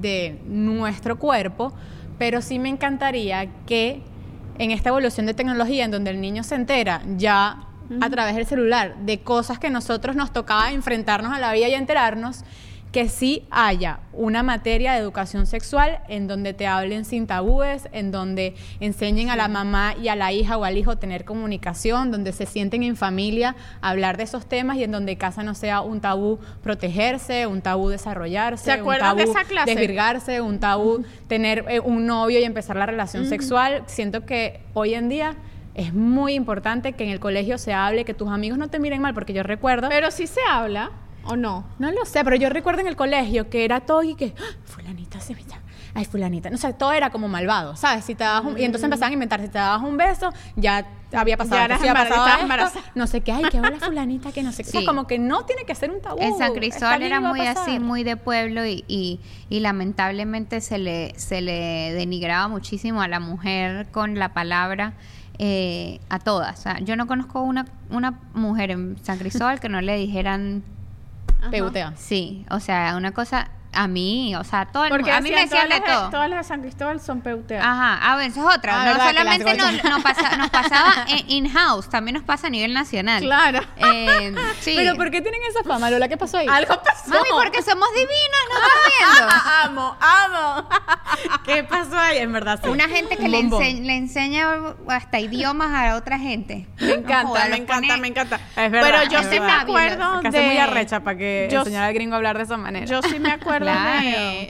nuestro cuerpo, pero sí me encantaría que en esta evolución de tecnología en donde el niño se entera ya a través del celular de cosas que nosotros nos tocaba enfrentarnos a la vida y enterarnos, que sí haya una materia de educación sexual en donde te hablen sin tabúes, en donde enseñen a la mamá y a la hija o al hijo tener comunicación, donde se sienten en familia a hablar de esos temas y en donde casa no sea un tabú protegerse, un tabú desarrollarse, ¿Se acuerdan un de tabú esa clase? desvirgarse, un tabú tener un novio y empezar la relación sexual. Siento que hoy en día es muy importante que en el colegio se hable, que tus amigos no te miren mal, porque yo recuerdo... Pero sí se habla. ¿O no? No lo sé, pero yo recuerdo en el colegio que era todo y que fulanita se me está... Ay, fulanita. No sé, todo era como malvado, ¿sabes? Si te dabas y entonces empezaban a inventar, si te dabas un beso, ya había pasado, Ya eras esto, ya pasado esto, embarazada. no sé qué, ay, qué habla fulanita, que no sé qué. Sí. O sea, como que no tiene que ser un tabú. En San Está Cristóbal bien, era iba a muy pasar. así, muy de pueblo y lamentablemente se le denigraba muchísimo a la mujer con la palabra a todas. O sea, yo no conozco una mujer en San Cristóbal que no le dijeran Peutea. sí. O sea, una cosa a mí, o sea, todo el Porque mundo, a mí me decían de todo. Todas las de San Cristóbal son peuteas. Ajá, a ver, eso es otra. Ah, no verdad, que solamente las nos pasaba in-house, también nos pasa a nivel nacional. Claro. Sí. Pero ¿por qué tienen esa fama, Lola? ¿Qué pasó ahí? Algo pasó. Mami, porque somos divinas, ¿no estás viendo? amo. ¿Qué pasó ahí? En verdad, sí. Una gente que Un le bombón. enseña hasta idiomas a otra gente. Me encanta, No joda, me los encanta, pone- me encanta. Es verdad, Pero yo es sí me verdad. acuerdo Casi muy arrecha para que yo- enseñar al gringo a hablar de esa manera. Yo sí me acuerdo Claro.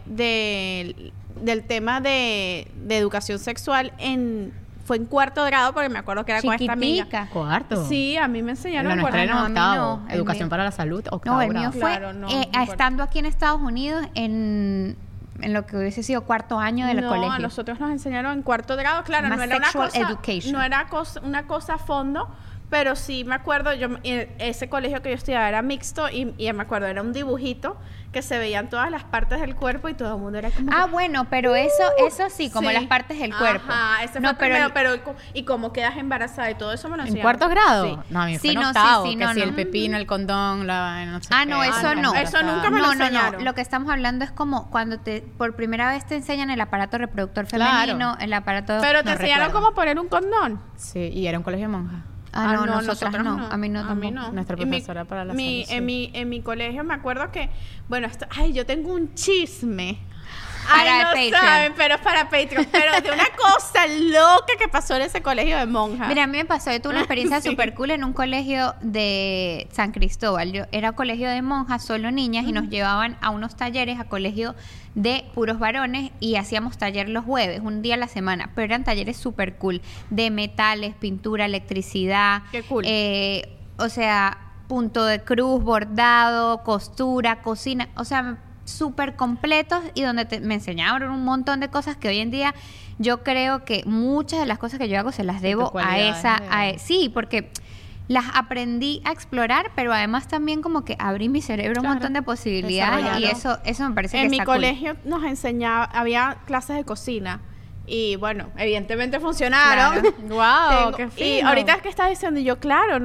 del tema de educación sexual fue en cuarto grado, porque me acuerdo que era con esta amiga. Chiquitica. Cuarto. Sí, a mí me La enseñaron nuestra cuarto. era no, a mí octavo. no, el Educación mío. para la salud, octavo No, el mío grado. fue Claro, no me acuerdo. estando aquí en Estados Unidos en lo que hubiese sido cuarto año del No, colegio. a nosotros nos enseñaron en cuarto grado, claro, Más no era una sexual cosa, education. no era una cosa a fondo, pero sí me acuerdo, ese colegio que yo estudiaba era mixto y me acuerdo, era un dibujito que se veían todas las partes del cuerpo y todo el mundo era como Ah, que, bueno, pero eso sí, como sí. las partes del cuerpo. Ajá, ese fue No, el primero, pero y cómo quedas embarazada y todo eso me lo ¿En enseñaron. cuarto grado? Sí. No, a mí fue Sí, en no, sí, octavo. sí, que no, si no. el pepino, el condón, no sé Ah, qué. no, eso no. Eso nunca me lo enseñaron. Lo que estamos hablando es como cuando por primera vez te enseñan el aparato reproductor Claro. femenino, el aparato... Pero te No enseñaron recuerdo. cómo poner un condón. Sí, y era un colegio de monjas. no, nosotras no. A mí no tampoco. Nuestra Y profesora para la salud, sí. En mi colegio me acuerdo que, bueno, yo tengo un chisme. Para Ay, no Patreon. saben, pero es para Patreon. Pero de una cosa loca que pasó en ese colegio de monjas. Mira, a mí me pasó, yo tuve una experiencia Sí. súper cool en un colegio de San Cristóbal. Era colegio de monjas, solo niñas, y nos llevaban a unos talleres a colegio de puros varones y hacíamos taller los jueves, un día a la semana, pero eran talleres súper cool, de metales, pintura, electricidad. Qué cool. O sea, punto de cruz, bordado, costura, cocina, o sea, súper completos y donde me enseñaron un montón de cosas que hoy en día yo creo que muchas de las cosas que yo hago se las debo a cualidades esa, de- sí, porque las aprendí a explorar, pero además también como que abrí mi cerebro a un Claro. montón de posibilidades y Desarrollarlo. eso me parece que En mi está cool. colegio nos enseñaba, había clases de cocina. Y bueno, evidentemente funcionaron. Guau, qué Y fino. ahorita es que estás diciendo, y yo, claro,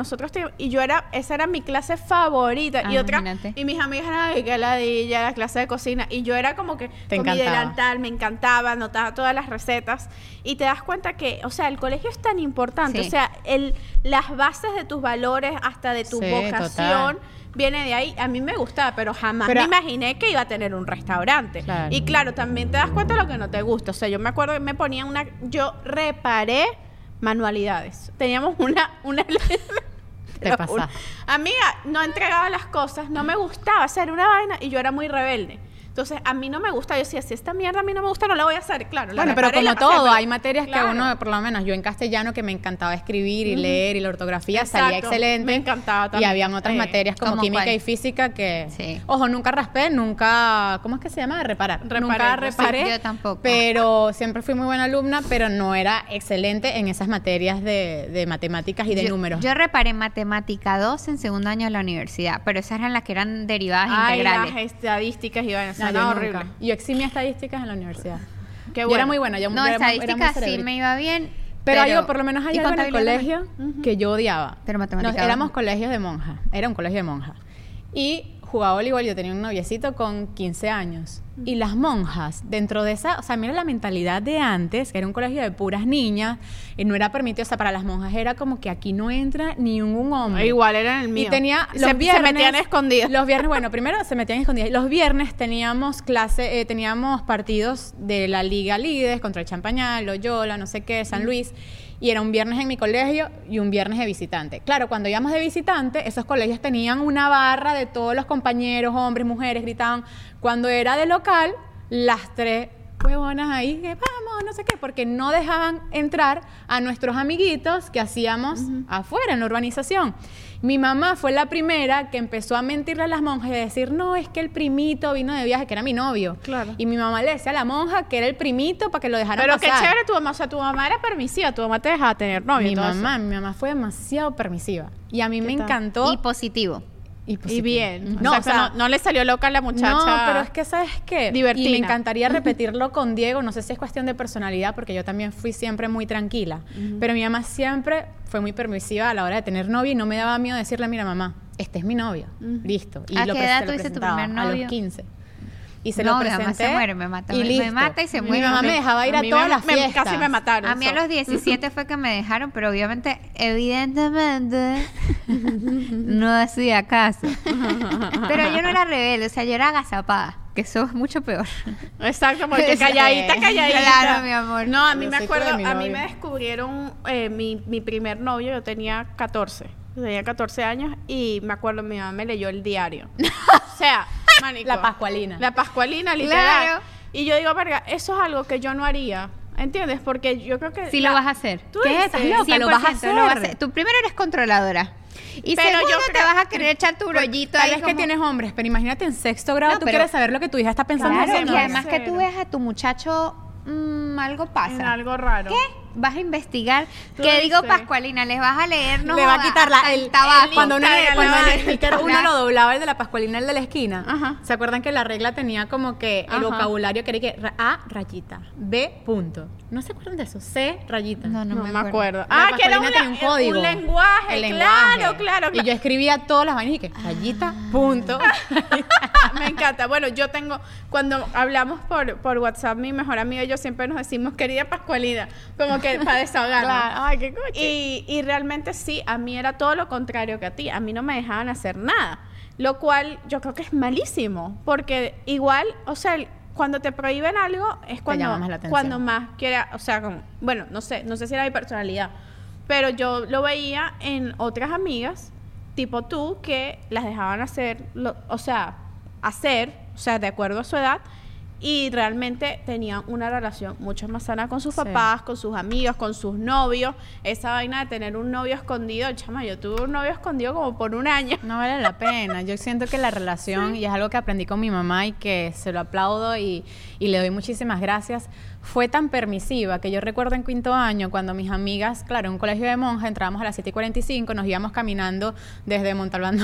esa era mi clase favorita. Ah, Y otra, imagínate. y mis amigas, ay, qué ladilla, la clase de cocina. Y yo era como que Te con mi encantaba. delantal, me encantaba, anotaba todas las recetas. Y te das cuenta que, o sea, el colegio es tan importante. Sí. O sea, las bases de tus valores, hasta de tu Sí, vocación. total. Viene de ahí, a mí me gustaba, pero jamás Pero- me imaginé que iba a tener un restaurante. Claro. Y claro, también te das cuenta de lo que no te gusta. O sea, yo me acuerdo que me ponían yo reparé manualidades. Teníamos una Te pasa. Amiga, no entregaba las cosas, no me gustaba hacer una vaina y yo era muy rebelde. Entonces, a mí no me gusta, yo decía, si esta mierda a mí no me gusta, no la voy a hacer, claro. la Bueno, pero reparé y como la pasé, todo, pero- hay materias Claro. que uno, por lo menos yo en castellano, que me encantaba escribir y leer y la ortografía salía Exacto, excelente. me encantaba Y también. habían otras Sí. materias como ¿Cómo química cuál? y física que, Sí. ojo, nunca raspé, nunca, ¿cómo es que se llama? Reparar. Reparé, Nunca sí, reparé. yo tampoco. Pero siempre fui muy buena alumna, pero no era excelente en esas materias de matemáticas y de números. Yo reparé matemática 2 en segundo año de la universidad, pero esas eran las que eran derivadas Ay, integrales. las estadísticas y vainas, No, no, yo horrible. nunca. Yo eximí estadísticas en la universidad. Qué Yo bueno. era muy buena, yo No, era muy estadística sí cerebrita. me iba bien. Pero algo, por lo menos hay y algo en el contabilidad colegio que yo odiaba. Pero matemática Nos- éramos baja. colegios de monjas. Era un colegio de monjas. Y jugaba voleibol. Yo tenía un noviecito con 15 años. Y las monjas, dentro de esa... O sea, mira la mentalidad de antes, que era un colegio de puras niñas. Y no era permitido... O sea, para las monjas era como que aquí no entra ni un hombre. Igual era en el mío. Y tenía se, los viernes, se metían escondidas. Los viernes, bueno, primero se metían escondidas. Los viernes teníamos teníamos partidos de la Liga Líderes contra el Champañal, Loyola, no sé qué, San Luis. Y era un viernes en mi colegio y un viernes de visitante. Claro, cuando íbamos de visitante, esos colegios tenían una barra de todos los compañeros, hombres, mujeres, gritaban. Cuando era de local, las tres huevonas ahí, que vamos, no sé qué, porque no dejaban entrar a nuestros amiguitos que hacíamos afuera, en la urbanización. Mi mamá fue la primera que empezó a mentirle a las monjas y a decir, no, es que el primito vino de viaje, que era mi novio. Claro. Y mi mamá le decía a la monja que era el primito para que lo dejaran Pero pasar. qué chévere tu mamá. O sea, tu mamá era permisiva. Tu mamá te dejaba tener novio. Mi todo eso. mamá fue demasiado permisiva. Y a mí me tal? encantó. Y positivo. Y Y bien. No, o sea, no le salió loca a la muchacha. No, pero es que, ¿sabes qué? Divertina. Y me encantaría repetirlo con Diego. No sé si es cuestión de personalidad, porque yo también fui siempre muy tranquila. Pero mi mamá siempre fue muy permisiva a la hora de tener novio y no me daba miedo decirle, mira, mamá, este es mi novio. Listo. Y ¿A qué edad se lo tuviste tu presentaba primer a novio? los 15. Y se No, lo mi presenté. mamá se muere, me mata. Y Me listo. mata y se muere. Mi mamá me dejaba ir a todas las fiestas. Casi me mataron. A mí a los 17 fue que me dejaron, pero obviamente, evidentemente, no hacía caso. Pero yo no era rebelde, o sea, yo era agazapada, que eso es mucho peor. Exacto, porque Sí. calladita. Claro, mi amor. No, a mí Yo me soy tú de acuerdo, mi a mí novio. me descubrieron mi primer novio, yo tenía 14. Yo tenía 14 años y me acuerdo, mi mamá me leyó el diario. O sea, manico, La Pascualina. La Pascualina, literal. Claro. Y yo digo, verga, eso es algo que yo no haría. ¿Entiendes? Porque yo creo que... Sí lo vas a hacer. ¿Tú ¿Qué? dices? ¿Estás loca? ¿Lo vas a 100% lo vas a hacer? hacer. Tú primero eres controladora. Y Pero segundo yo te creo- vas a querer echar tu rollito Tal ahí vez que como- tienes hombres, pero imagínate en sexto grado, No, tú pero- quieres saber lo que tu hija está pensando. Claro, haciendo. y además que tú Cero. ves a tu muchacho, algo pasa. En algo raro. ¿Qué? Vas a investigar. Tú ¿Qué digo, dices. Pascualina? Les vas a leer, no Le va a quitar hasta el tabaco. cuando uno, Instagram, cuando la el vaina. sticker uno lo doblaba, el de la Pascualina, el de la esquina. Ajá. ¿Se acuerdan que la regla tenía como que el Ajá. vocabulario que era que A rayita, B punto? ¿No se acuerdan de eso? C rayita. No No me acuerdo. La Ah, que era Pascualina tenía un código. un lenguaje. El Claro, lenguaje. claro. Y yo escribía todas las vainas y que rayita, punto. Me encanta. Bueno, yo tengo, cuando hablamos por WhatsApp, mi mejor amiga y yo siempre nos decimos, querida Pascualina, como que para desahogarnos. Claro. Ay, qué coche. Y realmente sí, a mí era todo lo contrario que a ti. A mí no me dejaban hacer nada. Lo cual yo creo que es malísimo. Porque igual, o sea, cuando te prohíben algo es llama más la atención. cuando más quiera, o sea, como, bueno, no sé si era mi personalidad, pero yo lo veía en otras amigas, tipo tú, que las dejaban hacer, o sea, de acuerdo a su edad, y realmente tenían una relación mucho más sana con sus Sí. papás, con sus amigos, con sus novios. Esa vaina de tener un novio escondido, chama, yo tuve un novio escondido como por un año. No vale la pena. Yo siento que la relación, y es algo que aprendí con mi mamá y que se lo aplaudo y le doy muchísimas gracias, fue tan permisiva que yo recuerdo en quinto año cuando mis amigas, claro, en un colegio de monjas, entrábamos a las 7:45, nos íbamos caminando desde Montalbán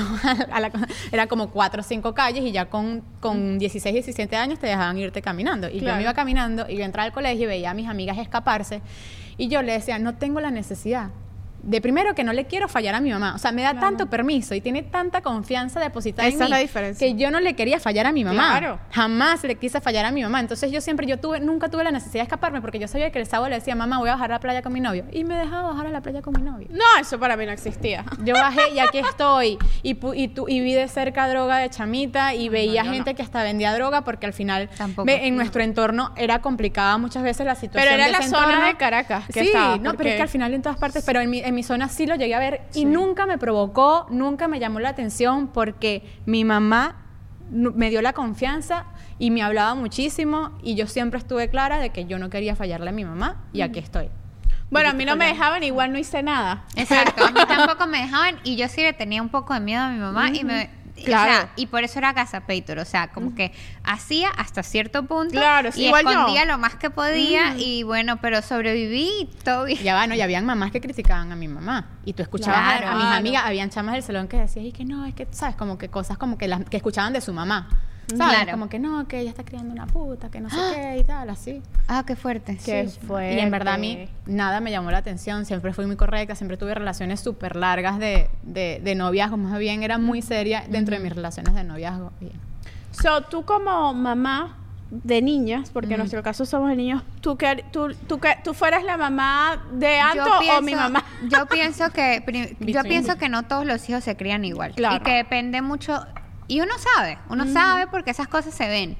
era como 4 o 5 calles y ya con 16, 17 años te dejaban irte caminando. Y yo Claro. me iba caminando y yo entraba al colegio y veía a mis amigas escaparse y yo le decía, no tengo la necesidad. De primero que no le quiero fallar a mi mamá. O sea, me da Claro. tanto permiso y tiene tanta confianza depositada en Esa mí es la diferencia. que yo no le quería fallar a mi mamá. Claro. Jamás le quise fallar a mi mamá. Entonces nunca tuve la necesidad de escaparme porque yo sabía que el sábado le decía, mamá, voy a bajar a la playa con mi novio. Y me dejaba bajar a la playa con mi novio. No, eso para mí no existía. Yo bajé y aquí estoy. Y vi de cerca droga de chamita y veía yo gente que hasta vendía droga porque al final Tampoco. en nuestro entorno era complicada muchas veces la situación. Pero era de la ese zona entorno. de Caracas que Sí, estaba, no, pero porque- es que al final en todas partes, pero en mi zona sí lo llegué a ver y nunca me provocó, nunca me llamó la atención porque mi mamá me dio la confianza y me hablaba muchísimo y yo siempre estuve clara de que yo no quería fallarle a mi mamá y aquí estoy. Bueno, a mí no me dejaban, igual no hice nada. Exacto, a mí tampoco me dejaban y yo sí le tenía un poco de miedo a mi mamá y me... Claro. O sea, y por eso era gazapator, o sea, como que hacía hasta cierto punto Claro, sí, y igual yo. escondía lo más que podía y bueno, pero sobreviví y todo bien. Ya va, no, ya habían mamás que criticaban a mi mamá. Y tú escuchabas Claro. a mis amigas, habían chamas del salón que decían, y que no, es que, ¿sabes? Como que cosas como que que escuchaban de su mamá. ¿Sabes? Claro. Como que no, que ella está criando una puta, que no sé qué y tal, así. Ah, qué fuerte. Qué Sí. fuerte. Y en verdad a mí nada me llamó la atención, siempre fui muy correcta, siempre tuve relaciones súper largas de noviazgo, más bien era muy seria dentro de mis relaciones de noviazgo. Y- So, tú como mamá de niñas, porque en nuestro caso somos de niños, tú fueras la mamá de Anto o mi mamá. Yo pienso que Between. que no todos los hijos se crían igual Claro. y que depende mucho y uno sabe porque esas cosas se ven.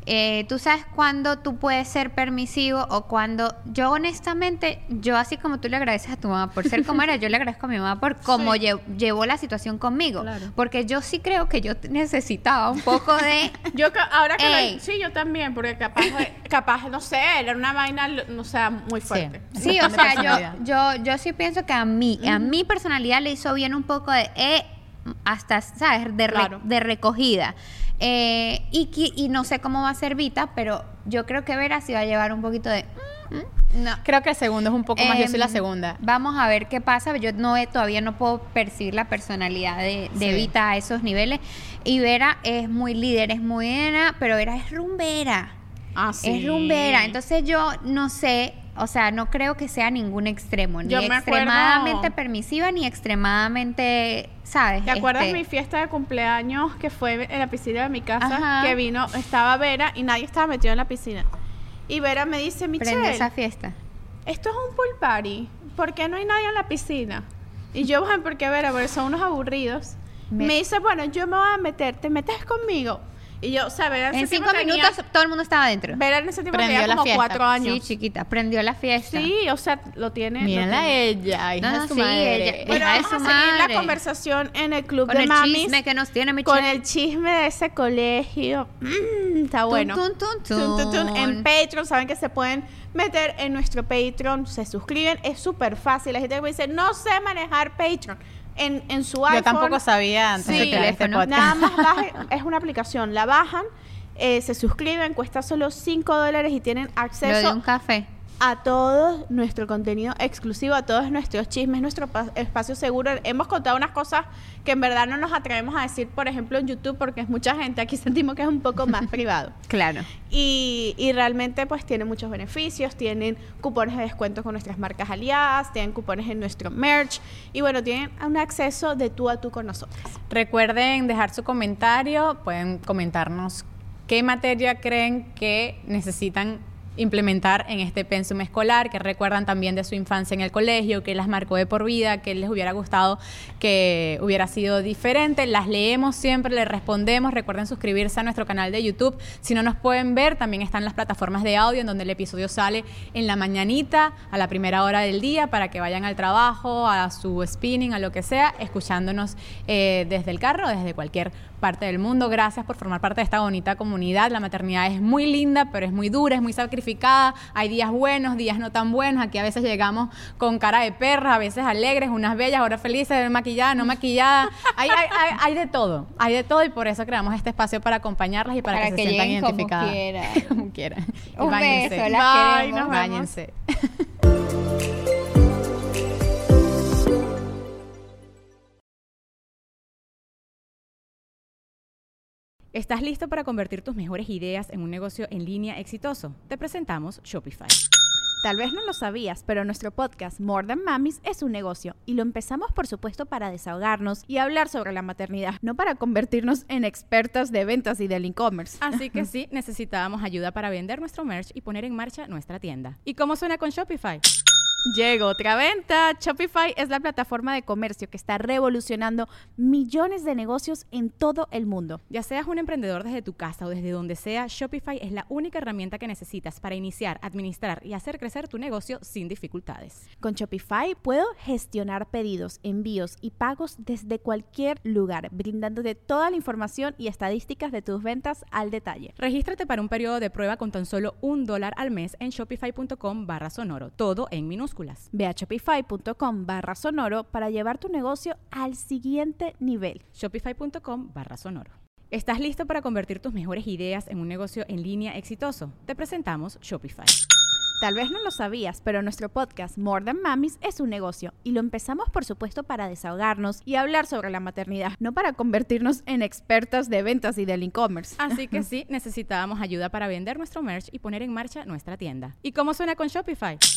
Tú sabes cuándo tú puedes ser permisivo o cuando... Yo honestamente, yo así como tú le agradeces a tu mamá por ser como era, yo le agradezco a mi mamá por cómo llevó la situación conmigo. Claro. Porque yo sí creo que yo necesitaba un poco de... Ahora que Ey. sí, yo también, porque capaz, no sé, era una vaina, no sé, muy fuerte. Sí, o sea, yo sí pienso que a mi personalidad le hizo bien un poco de hasta, ¿sabes? De recogida. Y no sé cómo va a ser Vita, pero yo creo que Vera sí va a llevar un poquito de... No. Creo que el segundo es un poco más, yo soy la segunda. Vamos a ver qué pasa. Yo todavía no puedo percibir la personalidad de Vita a esos niveles. Y Vera es muy líder, es muy buena, pero Vera es rumbera. Ah, sí. Es rumbera. Entonces yo no sé, o sea, no creo que sea ningún extremo. Ni Yo me extremadamente acuerdo. permisiva, ni extremadamente, ¿sabes? ¿Te acuerdas mi fiesta de cumpleaños que fue en la piscina de mi casa? Ajá. Que estaba Vera y nadie estaba metido en la piscina. Y Vera me dice, Prendió Michelle, esa fiesta. esto es un pool party. ¿Por qué no hay nadie en la piscina? Y yo, bueno, porque Vera, porque son unos aburridos. Me dice, bueno, yo me voy a meter, ¿te metes conmigo? Y yo, o sea, Vera En 5 minutos todo el mundo estaba adentro. Vera en ese tiempo Prendió tenía la como fiesta. 4 años. Sí, chiquita, prendió la fiesta. Sí, o sea, lo tiene. Mírala a ella, hija No, de su sí, madre. ella- Bueno, hija de vamos su a seguir la madre. conversación en el club Con de el mamis. chisme que nos tiene Michelle. Con el chisme de ese colegio. Está bueno. Tun, tun, tun, Tun, tun, tun. En tun. Patreon, saben que se pueden meter en nuestro Patreon, se suscriben, es súper fácil. La gente que me dice, no sé manejar Patreon en su iPhone. Yo tampoco sabía antes Sí, de crear este teléfono. podcast. Nada más es una aplicación, la bajan, se suscriben, cuesta solo $5 y tienen Lo de acceso un café. a todo nuestro contenido exclusivo, a todos nuestros chismes, nuestro espacio seguro. Hemos contado unas cosas que en verdad no nos atrevemos a decir, por ejemplo, en YouTube, porque es mucha gente. Aquí sentimos que es un poco más privado. Claro. Y realmente pues tiene muchos beneficios, tienen cupones de descuento con nuestras marcas aliadas, tienen cupones en nuestro merch y bueno, tienen un acceso de tú a tú con nosotros. Recuerden dejar su comentario, pueden comentarnos qué materia creen que necesitan implementar en este pensum escolar, que recuerdan también de su infancia en el colegio, que las marcó de por vida, que les hubiera gustado que hubiera sido diferente. Las leemos siempre, les respondemos. Recuerden suscribirse a nuestro canal de YouTube. Si no nos pueden ver, también están las plataformas de audio en donde el episodio sale en la mañanita, a la primera hora del día, para que vayan al trabajo, a su spinning, a lo que sea, escuchándonos desde el carro, desde cualquier parte del mundo. Gracias por formar parte de esta bonita comunidad. La maternidad es muy linda, pero es muy dura, es muy sacrificada. Hay días buenos, días no tan buenos. Aquí a veces llegamos con cara de perra, a veces alegres, unas bellas, ahora felices, maquilladas, no maquilladas. Hay de todo, y por eso creamos este espacio para acompañarlas y para que se sientan lleguen como identificadas. quieran. Como quieran. Y Un báñense. beso, las Bye, queremos. nos vemos. Báñense. ¿Estás listo para convertir tus mejores ideas en un negocio en línea exitoso? Te presentamos Shopify. Tal vez no lo sabías, pero nuestro podcast More Than Mamis es un negocio y lo empezamos por supuesto para desahogarnos y hablar sobre la maternidad, no para convertirnos en expertas de ventas y del e-commerce. Así que sí, necesitábamos ayuda para vender nuestro merch y poner en marcha nuestra tienda. ¿Y cómo suena con Shopify? Llegó otra venta. Shopify es la plataforma de comercio que está revolucionando millones de negocios en todo el mundo. Ya seas un emprendedor desde tu casa o desde donde sea, Shopify es la única herramienta que necesitas para iniciar, administrar y hacer crecer tu negocio sin dificultades. Con Shopify puedo gestionar pedidos, envíos y pagos desde cualquier lugar, brindándote toda la información y estadísticas de tus ventas al detalle. Regístrate para un periodo de prueba con tan solo $1 al mes en shopify.com/sonoro, todo en minúsculas. Ve a shopify.com/sonoro para llevar tu negocio al siguiente nivel. Shopify.com/sonoro. ¿Estás listo para convertir tus mejores ideas en un negocio en línea exitoso? Te presentamos Shopify. Tal vez no lo sabías, pero nuestro podcast More Than Mamis es un negocio y lo empezamos por supuesto para desahogarnos y hablar sobre la maternidad, no para convertirnos en expertas de ventas y del e-commerce. Así que sí, necesitábamos ayuda para vender nuestro merch y poner en marcha nuestra tienda. ¿Y cómo suena con Shopify?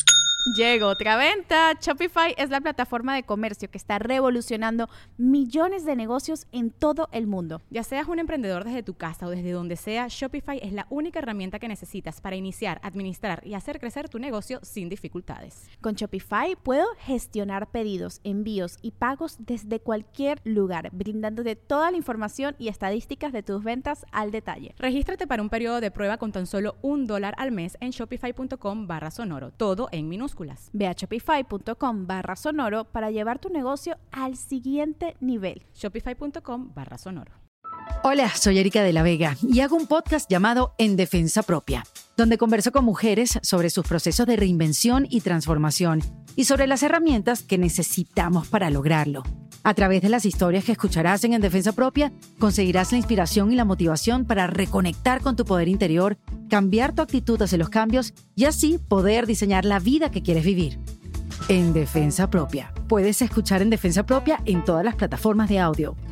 Llegó otra venta. Shopify es la plataforma de comercio que está revolucionando millones de negocios en todo el mundo. Ya seas un emprendedor desde tu casa o desde donde sea, Shopify es la única herramienta que necesitas para iniciar, administrar y hacer crecer tu negocio sin dificultades. Con Shopify puedo gestionar pedidos, envíos y pagos desde cualquier lugar, brindándote toda la información y estadísticas de tus ventas al detalle. Regístrate para un periodo de prueba con tan solo $1 al mes en shopify.com/sonoro, todo en minúsculas. Ve a shopify.com/sonoro para llevar tu negocio al siguiente nivel. Shopify.com/sonoro. Hola, soy Erika de la Vega y hago un podcast llamado En Defensa Propia, donde converso con mujeres sobre sus procesos de reinvención y transformación y sobre las herramientas que necesitamos para lograrlo. A través de las historias que escucharás en Defensa Propia, conseguirás la inspiración y la motivación para reconectar con tu poder interior, cambiar tu actitud hacia los cambios y así poder diseñar la vida que quieres vivir. En Defensa Propia. Puedes escuchar En Defensa Propia en todas las plataformas de audio.